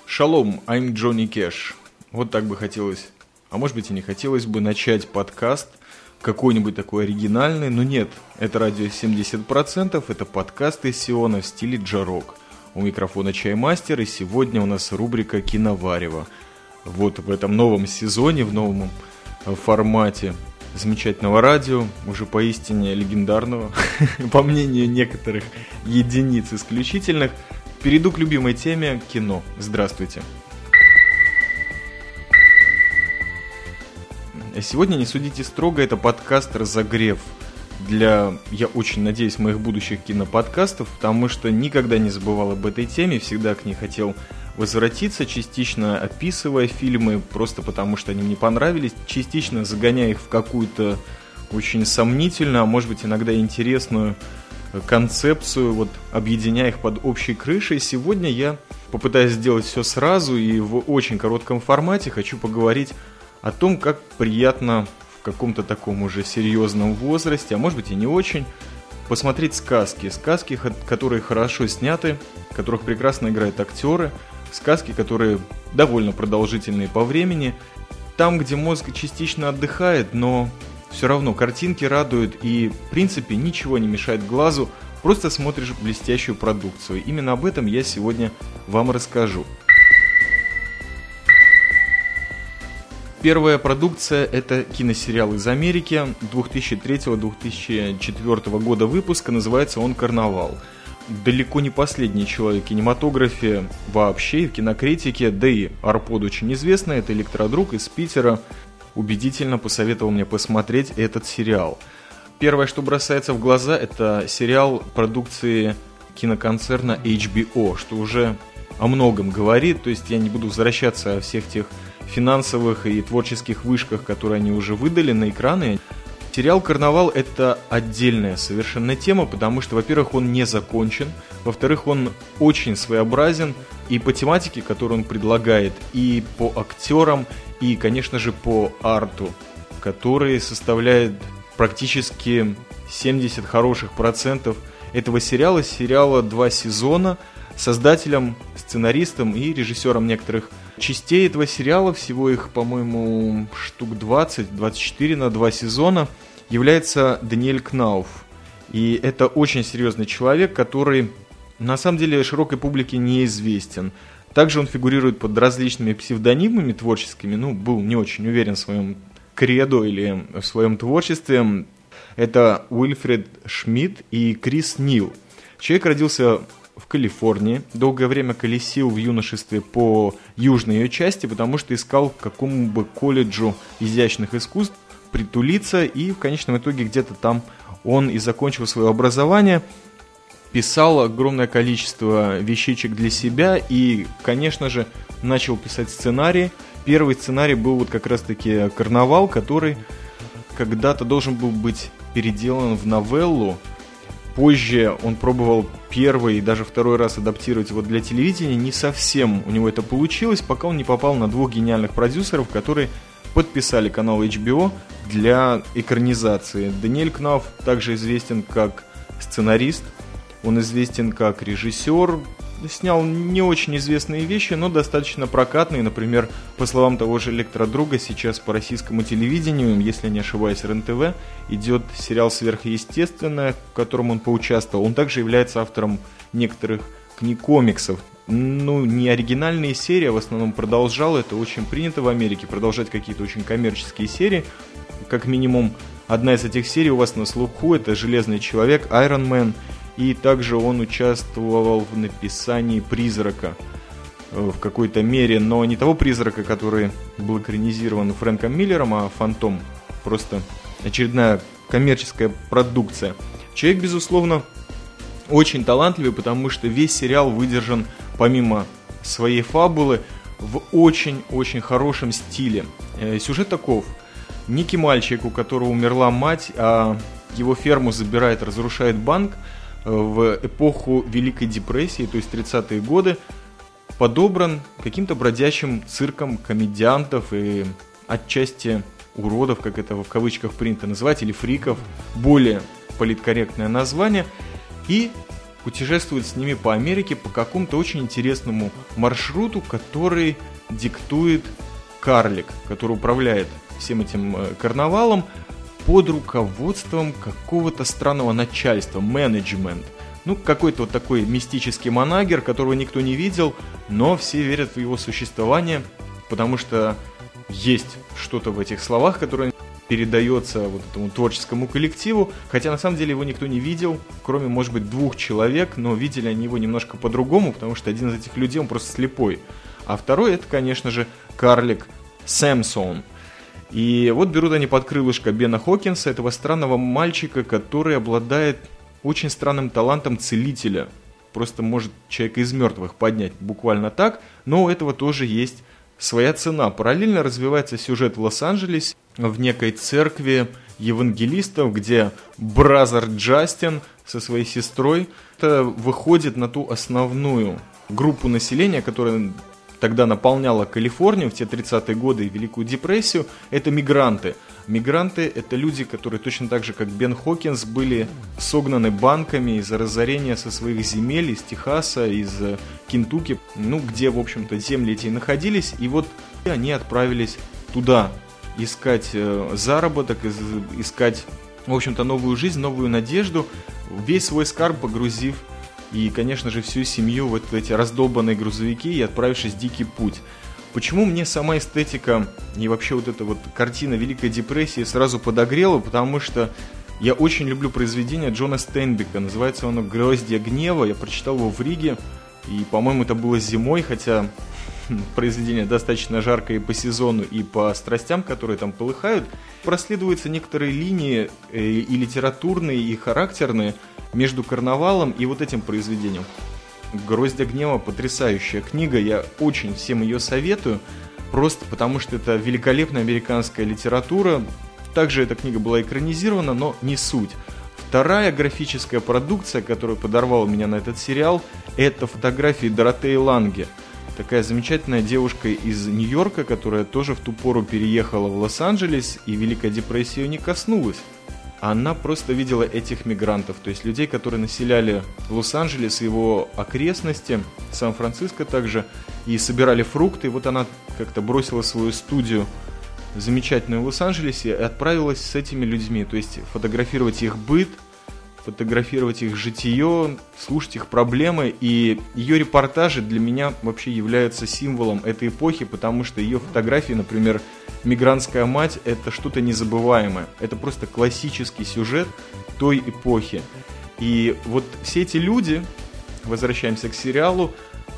Шалом, I'm Джонни Кэш. Вот так бы хотелось, а может быть и не хотелось бы начать подкаст какой-нибудь такой оригинальный, но нет, это радио 70%, это подкаст из Сиона в стиле джарок. У микрофона Чаймастер, и сегодня у нас рубрика «Киноварево». Вот в этом новом сезоне, в новом формате замечательного радио, уже поистине легендарного, по мнению некоторых единиц исключительных, перейду к любимой теме кино. Здравствуйте. Сегодня «Не судите строго» — это подкаст «Разогрев» для, я очень надеюсь, моих будущих киноподкастов, потому что никогда не забывал об этой теме, всегда к ней хотел возвратиться, частично описывая фильмы, просто потому что они мне понравились, частично загоняя их в какую-то очень сомнительную, а может быть иногда интересную концепцию, вот объединяя их под общей крышей. Сегодня я попытаюсь сделать все сразу и в очень коротком формате хочу поговорить о том, как приятно в каком-то таком уже серьезном возрасте, а может быть и не очень, посмотреть сказки, которые хорошо сняты, в которых прекрасно играют актеры, сказки, которые довольно продолжительные по времени, там, где мозг частично отдыхает, но все равно картинки радуют и, в принципе, ничего не мешает глазу, просто смотришь блестящую продукцию. Именно об этом я сегодня вам расскажу. Первая продукция – это киносериал из Америки 2003-2004 года выпуска, называется он «Карнавал». Далеко не последний человек в кинематографе вообще, в кинокритике, да и Арпод очень известный, это электродруг из Питера, убедительно посоветовал мне посмотреть этот сериал. Первое, что бросается в глаза, это сериал продукции киноконцерна HBO, что уже о многом говорит, то есть я не буду возвращаться о всех тех финансовых и творческих вышках, которые они уже выдали на экраны. Сериал «Карнавал» — это отдельная совершенно тема, потому что, во-первых, он не закончен, во-вторых, он очень своеобразен и по тематике, которую он предлагает, и по актерам, и, конечно же, по арту, который составляет практически 70 хороших процентов этого сериала 2 сезона. Создателем, сценаристом и режиссером некоторых частей этого сериала, всего их, по-моему, штук 20-24 на 2 сезона, является Даниэль Кнауф. И это очень серьезный человек, который на самом деле широкой публике неизвестен. Также он фигурирует под различными псевдонимами творческими, был не очень уверен в своем кредо или в своем творчестве. Это Уильфред Шмидт и Крис Нил. Человек родился в Калифорнии, долгое время колесил в юношестве по южной ее части, потому что искал к какому бы колледжу изящных искусств притулиться, и в конечном итоге где-то там он и закончил свое образование, писал огромное количество вещичек для себя и, конечно же, начал писать сценарии. Первый сценарий был вот как раз-таки «Карнавал», который когда-то должен был быть переделан в новеллу. Позже он пробовал первый и даже второй раз адаптировать его для телевидения. Не совсем у него это получилось, пока он не попал на 2 гениальных продюсеров, которые подписали канал HBO для экранизации. Даниэль Кнауф также известен как сценарист, он известен как режиссер, снял не очень известные вещи, но достаточно прокатные. Например, по словам того же электродруга, сейчас по российскому телевидению, если не ошибаюсь, РЕН-ТВ, идет сериал «Сверхъестественное», в котором он поучаствовал. Он также является автором некоторых книг комиксов. Не оригинальные серии, а в основном продолжал. Это очень принято в Америке, продолжать какие-то очень коммерческие серии. Как минимум, одна из этих серий у вас на слуху — это «Железный человек», «Iron Man». И также он участвовал в написании «Призрака» в какой-то мере, но не того «Призрака», который был экранизирован Фрэнком Миллером, а «Фантом». Просто очередная коммерческая продукция. Человек, безусловно, очень талантливый, потому что весь сериал выдержан, помимо своей фабулы, в очень-очень хорошем стиле. Сюжет таков. Некий мальчик, у которого умерла мать, а его ферму забирает, разрушает банк, в эпоху Великой депрессии, то есть 30-е годы, подобран каким-то бродячим цирком комедиантов и отчасти уродов, как это в кавычках принято называть, или фриков, более политкорректное название. И путешествует с ними по Америке по какому-то очень интересному маршруту, который диктует карлик, который управляет всем этим карнавалом под руководством какого-то странного начальства, менеджмент. Ну, какой-то вот такой мистический манагер, которого никто не видел, но все верят в его существование, потому что есть что-то в этих словах, которое передается вот этому творческому коллективу, хотя на самом деле его никто не видел, кроме, может быть, 2 человек, но видели они его немножко по-другому, потому что один из этих людей, он просто слепой. А второй, это, конечно же, карлик Сэмсон. И вот берут они под крылышко Бена Хокинса, этого странного мальчика, который обладает очень странным талантом целителя. Просто может человека из мертвых поднять буквально так, но у этого тоже есть своя цена. Параллельно развивается сюжет в Лос-Анджелесе, в некой церкви евангелистов, где бразер Джастин со своей сестрой выходит на ту основную группу населения, которая тогда наполняла Калифорнию в те 30-е годы и Великую депрессию. Это мигранты. Мигранты – это люди, которые точно так же, как Бен Хокинс, были согнаны банками из-за разорения со своих земель, из Техаса, из Кентукки, где, в общем-то, земли эти находились. И вот они отправились туда искать заработок, искать, в общем-то, новую жизнь, новую надежду, весь свой скарб погрузив и, конечно же, всю семью в эти раздолбанные грузовики и отправившись в дикий путь. Почему мне сама эстетика и вообще вот эта вот картина Великой депрессии сразу подогрела? Потому что я очень люблю произведение Джона Стейнбека. Называется оно «Гроздья гнева». Я прочитал его в Риге, и, по-моему, это было зимой, хотя произведение достаточно жаркое и по сезону, и по страстям, которые там полыхают. Проследуются некоторые линии и литературные, и характерные между карнавалом и вот этим произведением. «Гроздья гнева» — потрясающая книга, я очень всем ее советую, просто потому что это великолепная американская литература. Также эта книга была экранизирована, но не суть. Вторая графическая продукция, которая подорвала меня на этот сериал, это фотографии Доротеи Ланге. Такая замечательная девушка из Нью-Йорка, которая тоже в ту пору переехала в Лос-Анджелес, и Великая депрессия ее не коснулась. Она просто видела этих мигрантов, то есть людей, которые населяли Лос-Анджелес и его окрестности, Сан-Франциско также, и собирали фрукты. И вот она как-то бросила свою студию замечательную в Лос-Анджелесе и отправилась с этими людьми, то есть фотографировать их быт, фотографировать их житие, слушать их проблемы. И ее репортажи для меня вообще являются символом этой эпохи, потому что ее фотографии, например, «Мигрантская мать» — это что-то незабываемое. Это просто классический сюжет той эпохи. И вот все эти люди, возвращаемся к сериалу,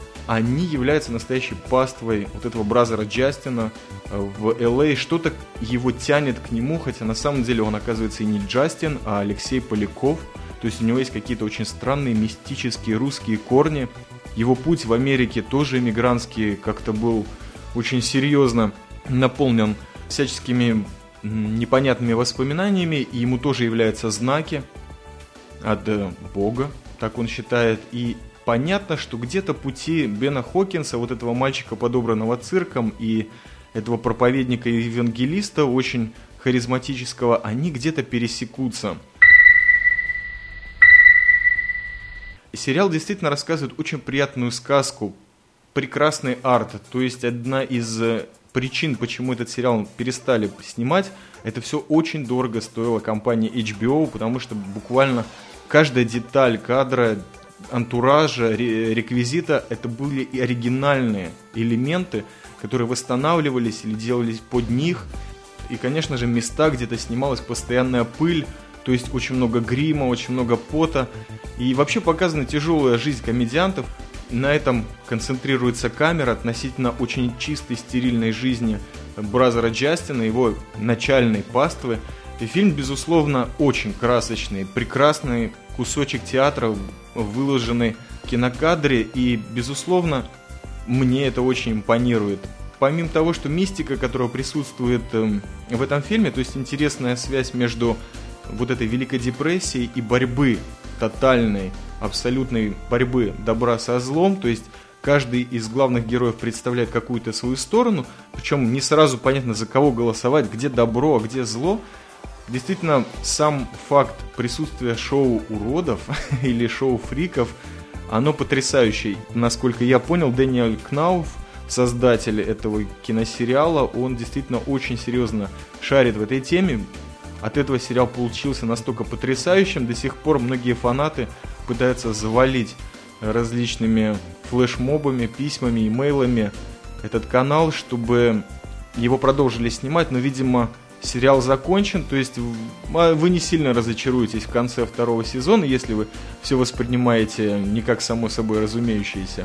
они являются настоящей паствой вот этого бразера Джастина в Л.А. Что-то его тянет к нему, хотя на самом деле он, оказывается, и не Джастин, а Алексей Поляков. То есть у него есть какие-то очень странные мистические русские корни. Его путь в Америке тоже эмигрантский как-то был очень серьезно наполнен всяческими непонятными воспоминаниями, и ему тоже являются знаки от Бога, так он считает. И понятно, что где-то пути Бена Хокинса, вот этого мальчика, подобранного цирком, и этого проповедника и евангелиста, очень харизматического, они где-то пересекутся. Сериал действительно рассказывает очень приятную сказку, прекрасный арт. То есть одна из причин, почему этот сериал перестали снимать, это все очень дорого стоило компании HBO, потому что буквально каждая деталь кадра, антуража, реквизита, это были и оригинальные элементы, которые восстанавливались или делались под них. И, конечно же, места, где-то снималась постоянная пыль, то есть очень много грима, очень много пота. И вообще показана тяжелая жизнь комедиантов. На этом концентрируется камера относительно очень чистой, стерильной жизни бразера Джастина, его начальной паствы. И фильм, безусловно, очень красочный, прекрасный кусочек театра, выложенный в кинокадре, и, безусловно, мне это очень импонирует. Помимо того, что мистика, которая присутствует в этом фильме, то есть интересная связь между вот этой Великой депрессией и борьбы, тотальной, абсолютной борьбы добра со злом, то есть каждый из главных героев представляет какую-то свою сторону, причем не сразу понятно, за кого голосовать, где добро, а где зло. Действительно, сам факт присутствия шоу уродов или шоу фриков, оно потрясающее. Насколько я понял, Дэниэль Кнауф, создатель этого киносериала, он действительно очень серьезно шарит в этой теме. От этого сериал получился настолько потрясающим, до сих пор многие фанаты пытаются завалить различными флешмобами, письмами, имейлами этот канал, чтобы его продолжили снимать, но, видимо, сериал закончен, то есть вы не сильно разочаруетесь в конце второго сезона, если вы все воспринимаете не как само собой разумеющееся.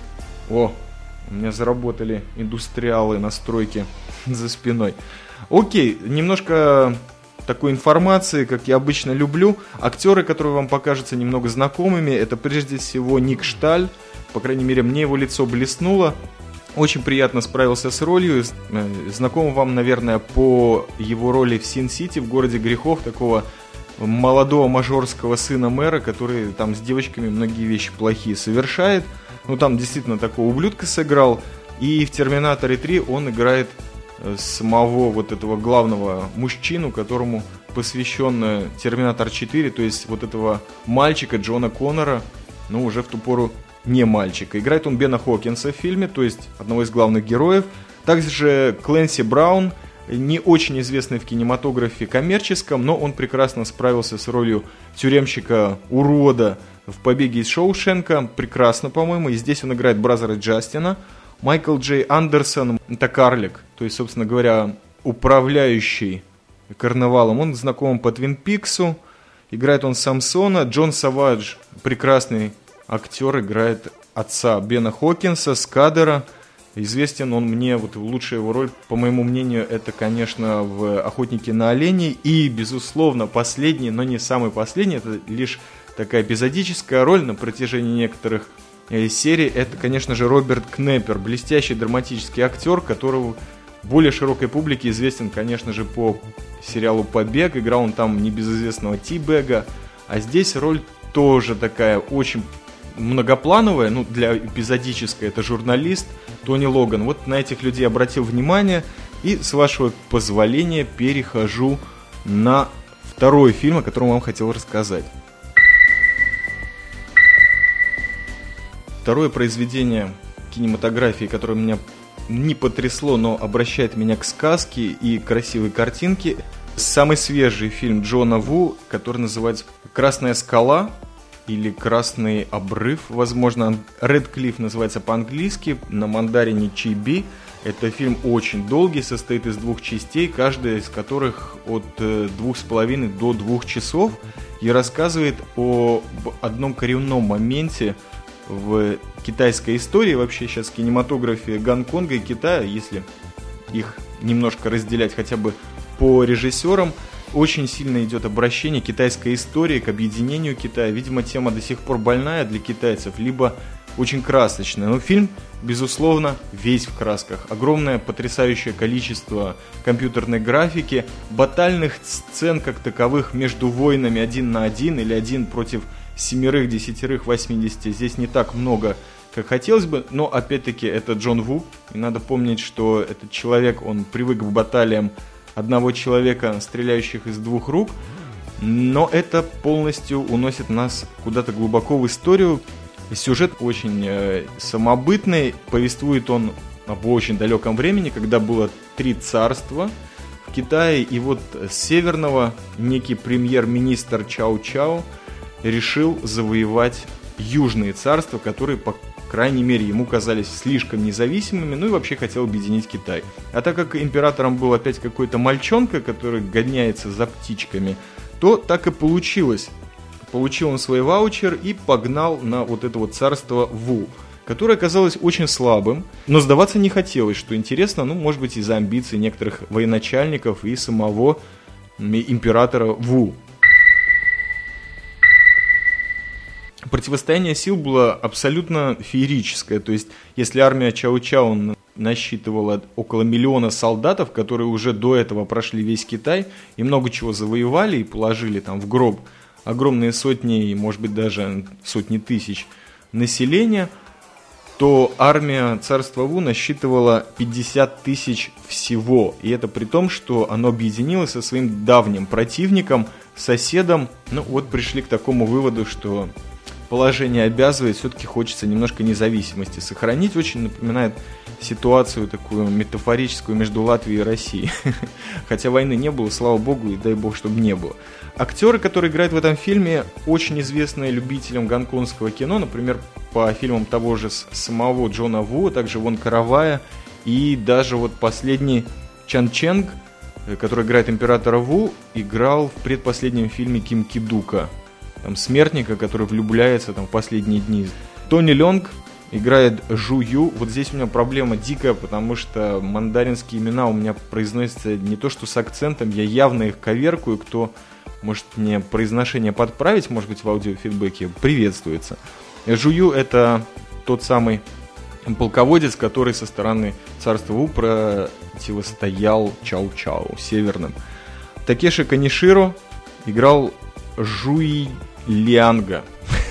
О, у меня заработали индустриалы на стройке за спиной. Окей, немножко такой информации, как я обычно люблю. Актеры, которые вам покажутся немного знакомыми, это прежде всего Ник Шталь. По крайней мере, мне его лицо блеснуло. Очень приятно справился с ролью. Знаком вам, наверное, по его роли в Син-Сити, в городе грехов, такого молодого мажорского сына мэра, который там с девочками многие вещи плохие совершает. Ну, там действительно такого ублюдка сыграл. И в «Терминаторе 3» он играет самого вот этого главного мужчину, которому посвящен «Терминатор 4», то есть вот этого мальчика Джона Коннора, но уже в ту пору не мальчика. Играет он Бена Хокинса в фильме, то есть одного из главных героев. Также Клэнси Браун, не очень известный в кинематографе коммерческом, но он прекрасно справился с ролью тюремщика-урода в «Побеге из Шоушенка». Прекрасно, по-моему. И здесь он играет бразера Джастина. Майкл Джей Андерсон, это карлик, то есть, собственно говоря, управляющий карнавалом. Он знаком по Твин Пиксу, играет он Самсона. Джон Савадж, прекрасный актер, играет отца Бена Хокинса, Скадера. Известен он мне, вот лучшая его роль, по моему мнению, это, конечно, в «Охотнике на оленей». И, безусловно, последний, но не самый последний, это лишь такая эпизодическая роль на протяжении некоторых серии, это, конечно же, Роберт Кнеппер, блестящий драматический актер, которого более широкой публике известен, конечно же, по сериалу «Побег». Играл он там небезызвестного Ти-Бэга, а здесь роль тоже такая очень многоплановая, ну, для эпизодической, это журналист Тони Логан. Вот на этих людей обратил внимание, и, с вашего позволения, перехожу на второй фильм, о котором вам хотел рассказать. Второе произведение кинематографии, которое меня не потрясло, но обращает меня к сказке и красивой картинке. Самый свежий фильм Джона Ву, который называется «Красная скала» или «Красный обрыв», возможно, «Ред Клифф» называется по-английски, на мандарине «Чиби». Это фильм очень долгий, состоит из двух частей, каждая из которых от 2,5 до 2 часов, и рассказывает об одном коренном моменте в китайской истории, вообще сейчас кинематографии Гонконга и Китая, если их немножко разделять хотя бы по режиссерам, очень сильно идет обращение китайской истории к объединению Китая. Видимо, тема до сих пор больная для китайцев, либо очень красочная. Но фильм, безусловно, весь в красках. Огромное потрясающее количество компьютерной графики, батальных сцен как таковых между воинами 1 на 1 или 1 против 7, 10, 80. Здесь не так много, как хотелось бы, но опять-таки это Джон Ву. И надо помнить, что этот человек, он привык к баталиям одного человека, стреляющих из 2 рук. Но это полностью уносит нас куда-то глубоко в историю. Сюжет очень самобытный. Повествует он об очень далеком времени, когда было 3 царства в Китае. И вот с северного некий премьер-министр Чао-Чао решил завоевать южные царства, которые, по крайней мере, ему казались слишком независимыми, ну и вообще хотел объединить Китай. А так как императором был опять какой-то мальчонка, который гоняется за птичками, то так и получилось. Получил он свой ваучер и погнал на вот это вот царство Ву, которое оказалось очень слабым, но сдаваться не хотелось, что интересно, ну, может быть, из-за амбиций некоторых военачальников и самого императора Ву. Противостояние сил было абсолютно феерическое, то есть если армия Чао-Чао насчитывала около 1 миллиона солдатов, которые уже до этого прошли весь Китай и много чего завоевали и положили там в гроб огромные сотни, может быть даже сотни тысяч населения, то армия царства Ву насчитывала 50 тысяч всего. И это при том, что оно объединилось со своим давним противником, соседом. Ну вот пришли к такому выводу, что положение обязывает, все-таки хочется немножко независимости сохранить. Очень напоминает ситуацию такую метафорическую между Латвией и Россией. Хотя войны не было, слава богу, и дай бог, чтобы не было. Актеры, которые играют в этом фильме, очень известные любителям гонконгского кино, например, по фильмам того же самого Джона Ву, также Вон Кар-вая, и даже вот последний Чан Ченг, который играет императора Ву, играл в предпоследнем фильме Ким Ки-дука, там, смертника, который влюбляется там в последние дни. Тони Лёнг играет Жу Ю. Вот здесь у меня проблема дикая, потому что мандаринские имена у меня произносятся не то что с акцентом, я явно их коверкую. Кто может мне произношение подправить, может быть, в аудиофидбэке, приветствуется. Жу Ю — это тот самый полководец, который со стороны царства Ву противостоял Чау-Чау северным. Такеши Каниширо играл Жуй Лианга.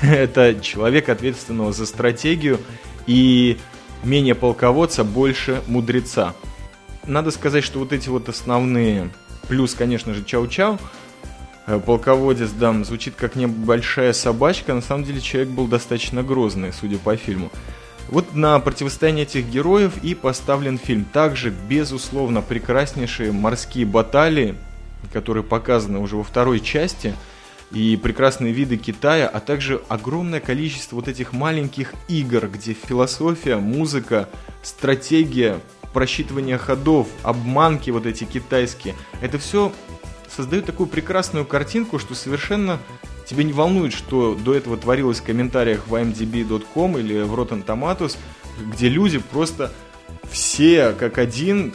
Это человек, ответственного за стратегию, и менее полководца, больше мудреца. Надо сказать, что вот эти вот основные, плюс, конечно же, Чау-Чау, полководец, да, звучит как небольшая собачка, на самом деле человек был достаточно грозный, судя по фильму. Вот на противостояние этих героев и поставлен фильм. Также, безусловно, прекраснейшие морские баталии, которые показаны уже во второй части, и прекрасные виды Китая, а также огромное количество вот этих маленьких игр, где философия, музыка, стратегия, просчитывание ходов, обманки вот эти китайские, это все создает такую прекрасную картинку, что совершенно тебя не волнует, что до этого творилось в комментариях в imdb.com или в Rotten Tomatoes, где люди просто все как один,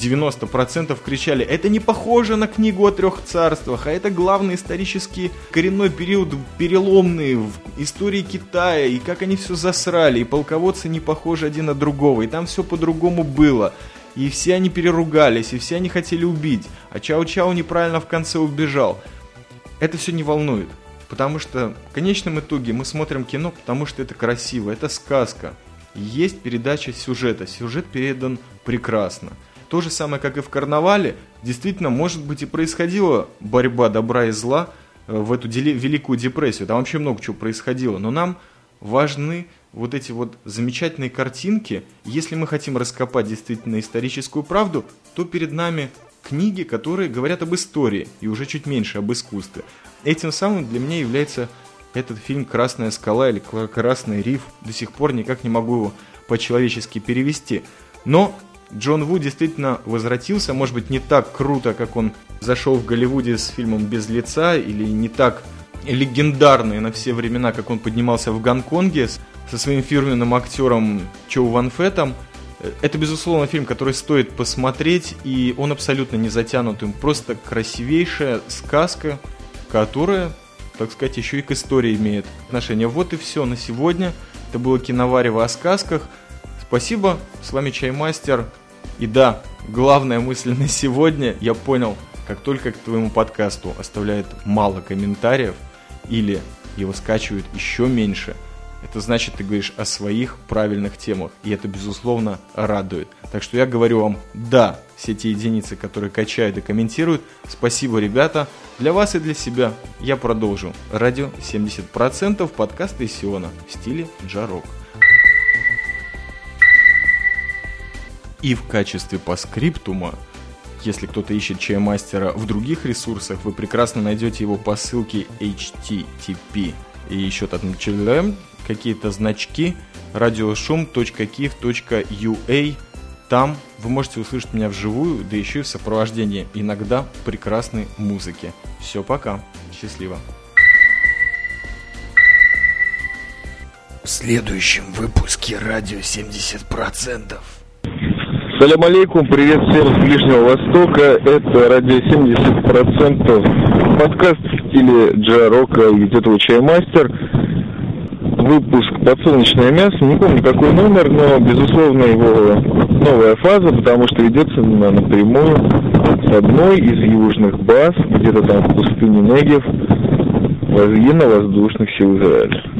90% кричали: это не похоже на книгу о трех царствах, а это главный исторический коренной период, переломный в истории Китая, и как они все засрали, и полководцы не похожи один на другого, и там все по-другому было, и все они переругались, и все они хотели убить, а Чау-Чау неправильно в конце убежал. Это все не волнует, потому что в конечном итоге мы смотрим кино, потому что это красиво, это сказка. Есть передача сюжета, сюжет передан прекрасно. То же самое, как и в «Карнавале», действительно, может быть, и происходила борьба добра и зла в эту Великую депрессию. Там вообще много чего происходило. Но нам важны вот эти вот замечательные картинки. Если мы хотим раскопать действительно историческую правду, то перед нами книги, которые говорят об истории и уже чуть меньше об искусстве. Этим самым для меня является этот фильм «Красная скала» или «Красный риф». До сих пор никак не могу его по-человечески перевести. Но Джон Ву действительно возвратился, может быть, не так круто, как он зашел в Голливуде с фильмом «Без лица», или не так легендарный на все времена, как он поднимался в Гонконге со своим фирменным актером Чоу Ван Фэтом. Это, безусловно, фильм, который стоит посмотреть, и он абсолютно не затянут им. Просто красивейшая сказка, которая, так сказать, еще и к истории имеет отношение. Вот и все на сегодня. Это было киноварево о сказках. Спасибо, с вами Чаймастер. И да, главная мысль на сегодня, я понял, как только к твоему подкасту оставляют мало комментариев или его скачивают еще меньше, это значит, ты говоришь о своих правильных темах, и это, безусловно, радует. Так что я говорю вам, да, все те единицы, которые качают и комментируют, спасибо, ребята, для вас и для себя. Я продолжу. Радио 70%, подкасты Сиона в стиле джа-рок. И в качестве паскриптума, если кто-то ищет Чаймастера в других ресурсах, вы прекрасно найдете его по ссылке http и еще там какие-то значки radioshoom.kiev.ua. Там вы можете услышать меня вживую, да еще и в сопровождении иногда прекрасной музыки. Все, пока. Счастливо. В следующем выпуске радио 70%. Салям алейкум, привет всем с Ближнего Востока, это радио 70%, подкаст в стиле джа-рока и где-то Чаймастер, выпуск «Подсолнечное мясо», не помню какой номер, но безусловно его новая фаза, потому что ведется она напрямую с одной из южных баз, где-то там в пустыне Негев, военно-воздушных сил Израиля.